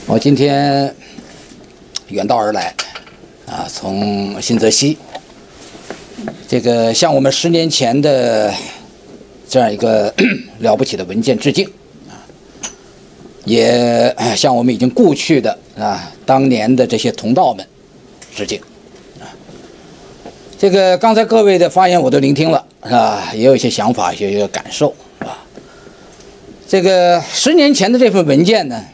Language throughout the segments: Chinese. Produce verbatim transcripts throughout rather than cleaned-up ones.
我今天远道而来，啊，从新泽西，这个向我们十年前的这样一个了不起的文件致敬，啊，也向我们已经故去的啊当年的这些同道们致敬，啊，这个刚才各位的发言我都聆听了，啊，也有一些想法，也有一些感受，啊，这个十年前的这份文件呢，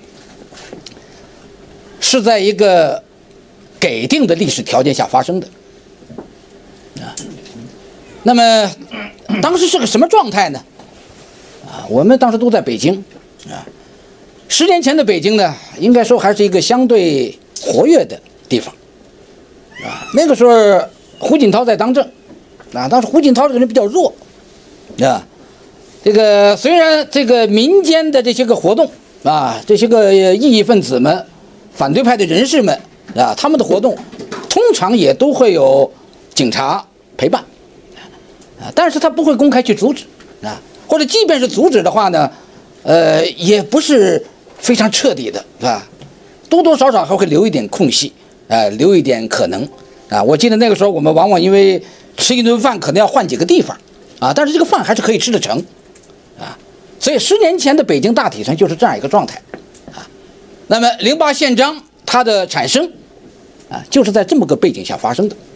是在一个给定的历史条件下发生的，啊，那么当时是个什么状态呢？啊，我们当时都在北京，啊，十年前的北京呢，应该说还是一个相对活跃的地方，啊，那个时候胡锦涛在当政，啊，当时胡锦涛这个人比较弱，啊，这个虽然这个民间的这些个活动啊，这些个异议分子们。反对派的人士们啊，他们的活动通常也都会有警察陪伴啊，但是他不会公开去阻止啊，或者即便是阻止的话呢，呃，也不是非常彻底的，是吧？多多少少还会留一点空隙，啊，留一点可能啊。我记得那个时候我们往往因为吃一顿饭可能要换几个地方啊，但是这个饭还是可以吃得成啊，所以十年前的北京大体上就是这样一个状态。那么零八宪章它的产生啊，就是在这么个背景下发生的。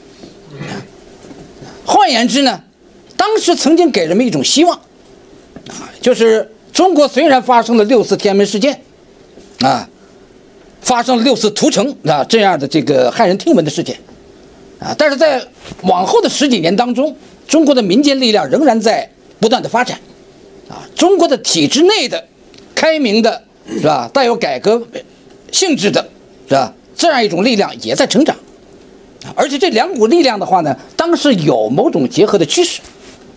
换言之呢，当时曾经给人们一种希望啊，就是中国虽然发生了六四天安门事件啊，发生了六四屠城啊这样的这个骇人听闻的事件啊，但是在往后的十几年当中，中国的民间力量仍然在不断的发展啊，中国的体制内的开明的。是吧？带有改革性质的，是吧？这样一种力量也在成长，而且这两股力量的话呢，当时有某种结合的趋势。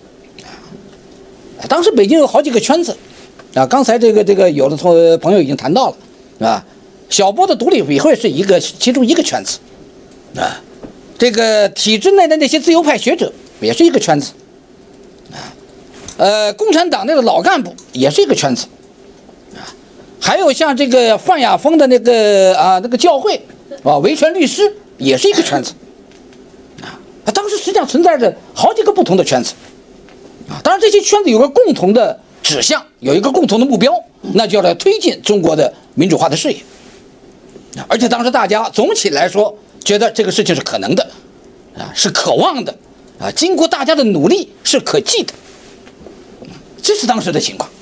当时北京有好几个圈子，啊，刚才这个这个有的同朋友已经谈到了，是吧？小波的独立委员会是一个其中一个圈子，啊，这个体制内的那些自由派学者也是一个圈子，啊，呃，共产党内的老干部也是一个圈子。还有像这个范亚峰的那个啊那个教会啊维权律师也是一个圈子啊，当时实际上存在着好几个不同的圈子啊，当然这些圈子有个共同的指向，有一个共同的目标，那就要来推进中国的民主化的事业，而且当时大家总体来说觉得这个事情是可能的啊，是可望的啊，经过大家的努力是可记的，这是当时的情况。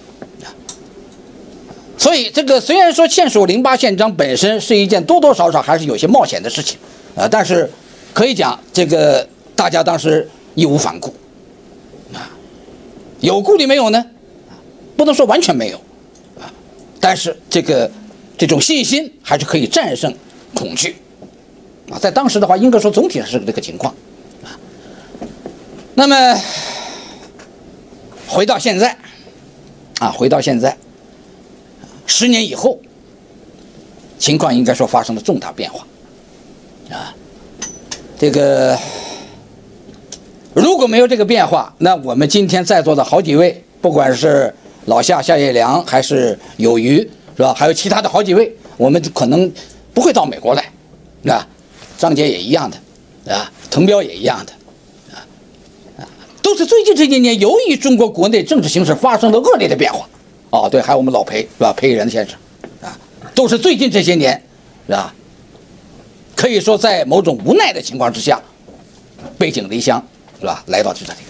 所以，这个虽然说签署零八宪章本身是一件多多少少还是有些冒险的事情，啊，但是可以讲，这个大家当时义无反顾，啊，有顾虑没有呢？不能说完全没有，啊，但是这个这种信心还是可以战胜恐惧，啊，在当时的话，应该说总体上是这个情况，啊，那么回到现在，啊，回到现在。十年以后，情况应该说发生了重大变化，啊，这个如果没有这个变化，那我们今天在座的好几位，不管是老夏夏叶良还是有余，是吧？还有其他的好几位，我们可能不会到美国来，啊，张杰也一样的，啊，滕彪也一样的，啊，啊，都是最近这些年，由于中国国内政治形势发生了恶劣的变化。哦，对，还有我们老裴是吧？裴仁先生，啊，都是最近这些年，是吧？可以说在某种无奈的情况之下，背井离乡，是吧？来到这里。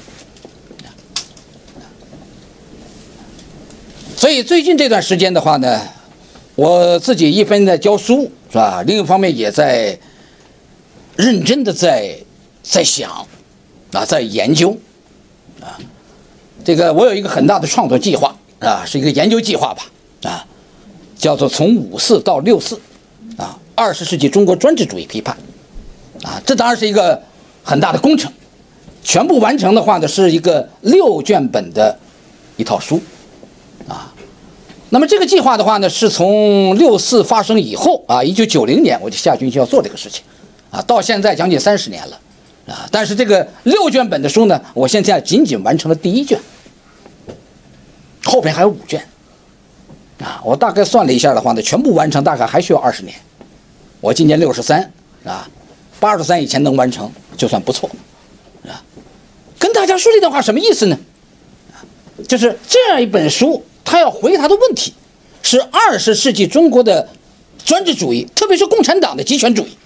所以最近这段时间的话呢，我自己一分在教书，是吧？另一方面也在认真的在在想，啊，在研究，啊，这个我有一个很大的创作计划。啊，是一个研究计划吧，啊，叫做从五四到六四，啊，二十世纪中国专制主义批判，啊，这当然是一个很大的工程，全部完成的话呢，是一个六卷本的一套书，啊，那么这个计划的话呢，是从六四发生以后啊，一九九零年我就下决心要做这个事情，啊，到现在将近三十年了，啊，但是这个六卷本的书呢，我现在仅仅完成了第一卷。后边还有五卷， 啊，我大概算了一下的话呢，全部完成大概还需要二十年。我今年六十三啊，八十三以前能完成就算不错啊。跟大家说这段话什么意思呢？就是这样一本书，它要回答的问题是二十世纪中国的专制主义，特别是共产党的极权主义。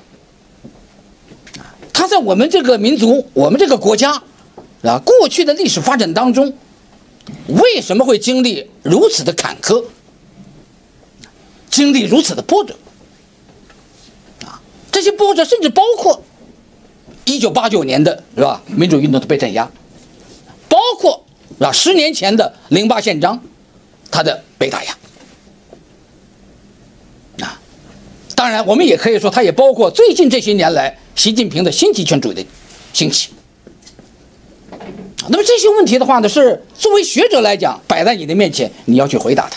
它在我们这个民族、我们这个国家啊，过去的历史发展当中，为什么会经历如此的坎坷，经历如此的波折？啊，这些波折甚至包括一九八九年的是吧民主运动的被镇压，包括啊十年前的零八宪章它的被打压。啊，当然我们也可以说，它也包括最近这些年来习近平的新极权主义的兴起。那么这些问题的话呢，是作为学者来讲摆在你的面前，你要去回答它。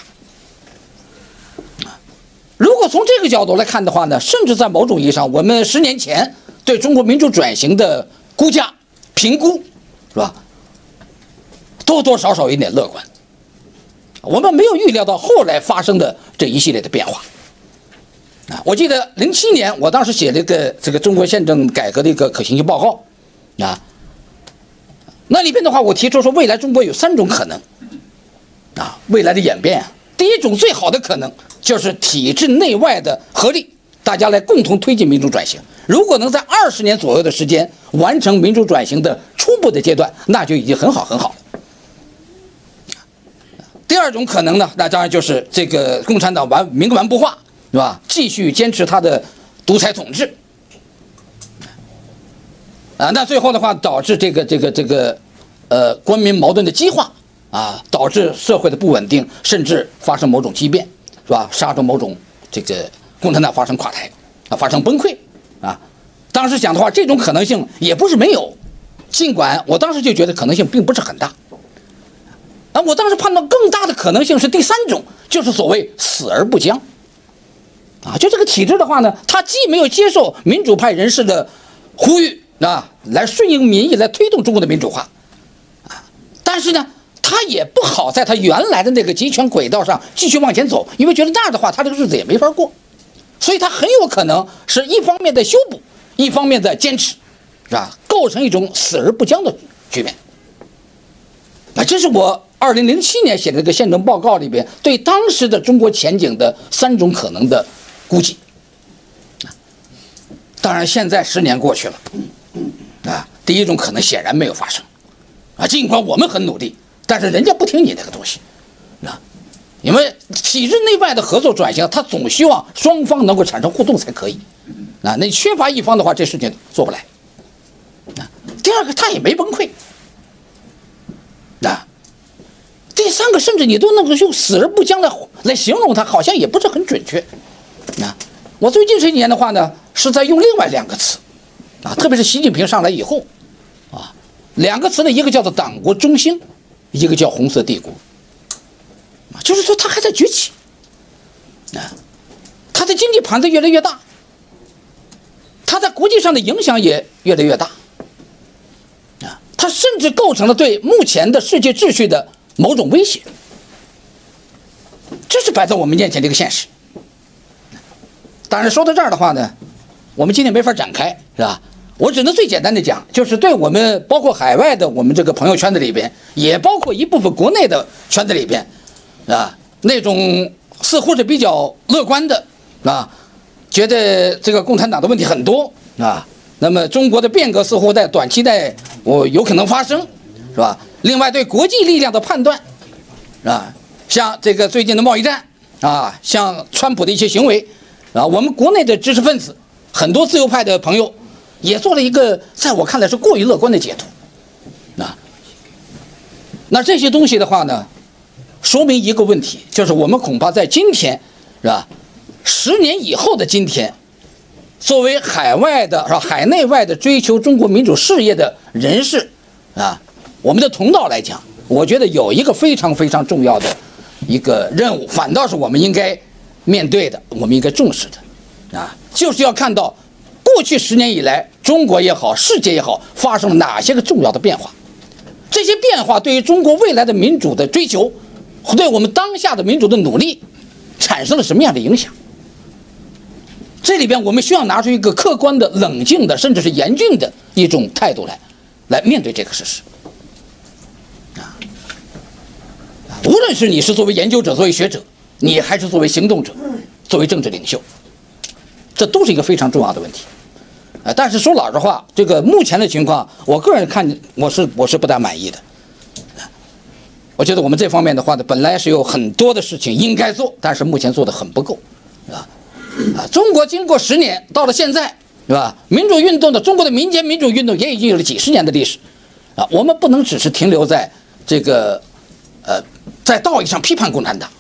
如果从这个角度来看的话呢，甚至在某种意义上，我们十年前对中国民主转型的估价评估，是吧？多多少少有点乐观。我们没有预料到后来发生的这一系列的变化。啊，我记得零七年，我当时写了一个这个中国宪政改革的一个可行性报告，啊，那里边的话，我提出说，未来中国有三种可能，啊，未来的演变啊，第一种最好的可能就是体制内外的合力，大家来共同推进民主转型。如果能在二十年左右的时间完成民主转型的初步的阶段，那就已经很好很好了。第二种可能呢，那当然就是这个共产党顽冥顽不化，是吧？继续坚持他的独裁统治，啊，那最后的话导致这个这个这个，呃，官民矛盾的激化，啊，导致社会的不稳定，甚至发生某种激变，是吧？杀出某种这个共产党发生垮台，啊，发生崩溃，啊，当时讲的话，这种可能性也不是没有，尽管我当时就觉得可能性并不是很大。啊，我当时判断更大的可能性是第三种，就是所谓死而不僵。啊，就这个体制的话呢，它既没有接受民主派人士的呼吁啊，来顺应民意来推动中国的民主化，啊，但是呢，它也不好在它原来的那个集权轨道上继续往前走，因为觉得那样的话，它这个日子也没法过，所以它很有可能是一方面在修补，一方面在坚持，是吧？构成一种死而不僵的局面。啊，这是我二零零七年写的这个宪政报告里边对当时的中国前景的三种可能的估计。当然，现在十年过去了，啊，第一种可能显然没有发生，啊，尽管我们很努力，但是人家不听你那个东西，啊，因为体制内外的合作转型，它总希望双方能够产生互动才可以，啊，那缺乏一方的话，这事情做不来。啊，第二个，他也没崩溃。啊，第三个，甚至你都能够用死而不僵来来形容它，好像也不是很准确。啊，我最近这几年的话呢，是在用另外两个词，啊，特别是习近平上来以后，啊，两个词呢，一个叫做党国中兴，一个叫红色帝国。啊，就是说它还在崛起，啊，它的经济盘子越来越大，它在国际上的影响也越来越大。它甚至构成了对目前的世界秩序的某种威胁，这是摆在我们面前的一个现实。当然，说到这儿的话呢，我们今天没法展开，是吧？我只能最简单的讲，就是对我们包括海外的我们这个朋友圈子里边，也包括一部分国内的圈子里边，啊，那种似乎是比较乐观的，啊，觉得这个共产党的问题很多，啊。那么中国的变革似乎在短期内我有可能发生，是吧？另外对国际力量的判断，啊，像这个最近的贸易战啊，像川普的一些行为啊，我们国内的知识分子很多自由派的朋友也做了一个在我看来是过于乐观的解读，啊，那这些东西的话呢，说明一个问题，就是我们恐怕在今天，是吧？十年以后的今天。作为海外的是吧，海内外的追求中国民主事业的人士，啊，我们的同道来讲，我觉得有一个非常非常重要的一个任务，反倒是我们应该面对的，我们应该重视的，啊，就是要看到过去十年以来，中国也好，世界也好，发生了哪些个重要的变化，这些变化对于中国未来的民主的追求，对我们当下的民主的努力， 产生了什么样的影响？这里边我们需要拿出一个客观的、冷静的，甚至是严峻的一种态度来，来面对这个事实。啊，无论是你是作为研究者、作为学者，你还是作为行动者、作为政治领袖，这都是一个非常重要的问题。啊，但是说老实话，这个目前的情况，我个人看我是我是不大满意的。我觉得我们这方面的话呢，本来是有很多的事情应该做，但是目前做的很不够，是吧？啊，中国经过十年到了现在，是吧？民主运动的中国的民间民主运动也已经有了几十年的历史，啊，我们不能只是停留在这个，呃，在道义上批判共产党，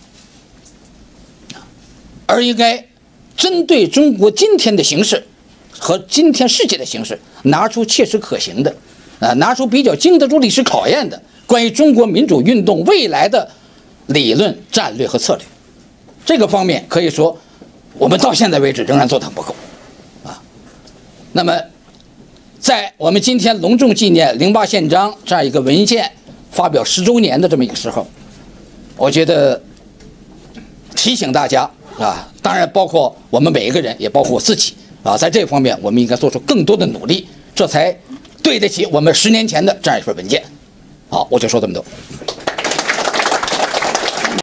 而应该针对中国今天的形势和今天世界的形势，拿出切实可行的，啊，拿出比较经得住历史考验的关于中国民主运动未来的理论、战略和策略。这个方面可以说，我们到现在为止仍然做得很不够，啊。那么，在我们今天隆重纪念零八宪章这样一个文件发表十周年的这么一个时候，我觉得提醒大家啊，当然包括我们每一个人，也包括我自己啊，在这方面我们应该做出更多的努力，这才对得起我们十年前的这样一份文件。好，我就说这么多。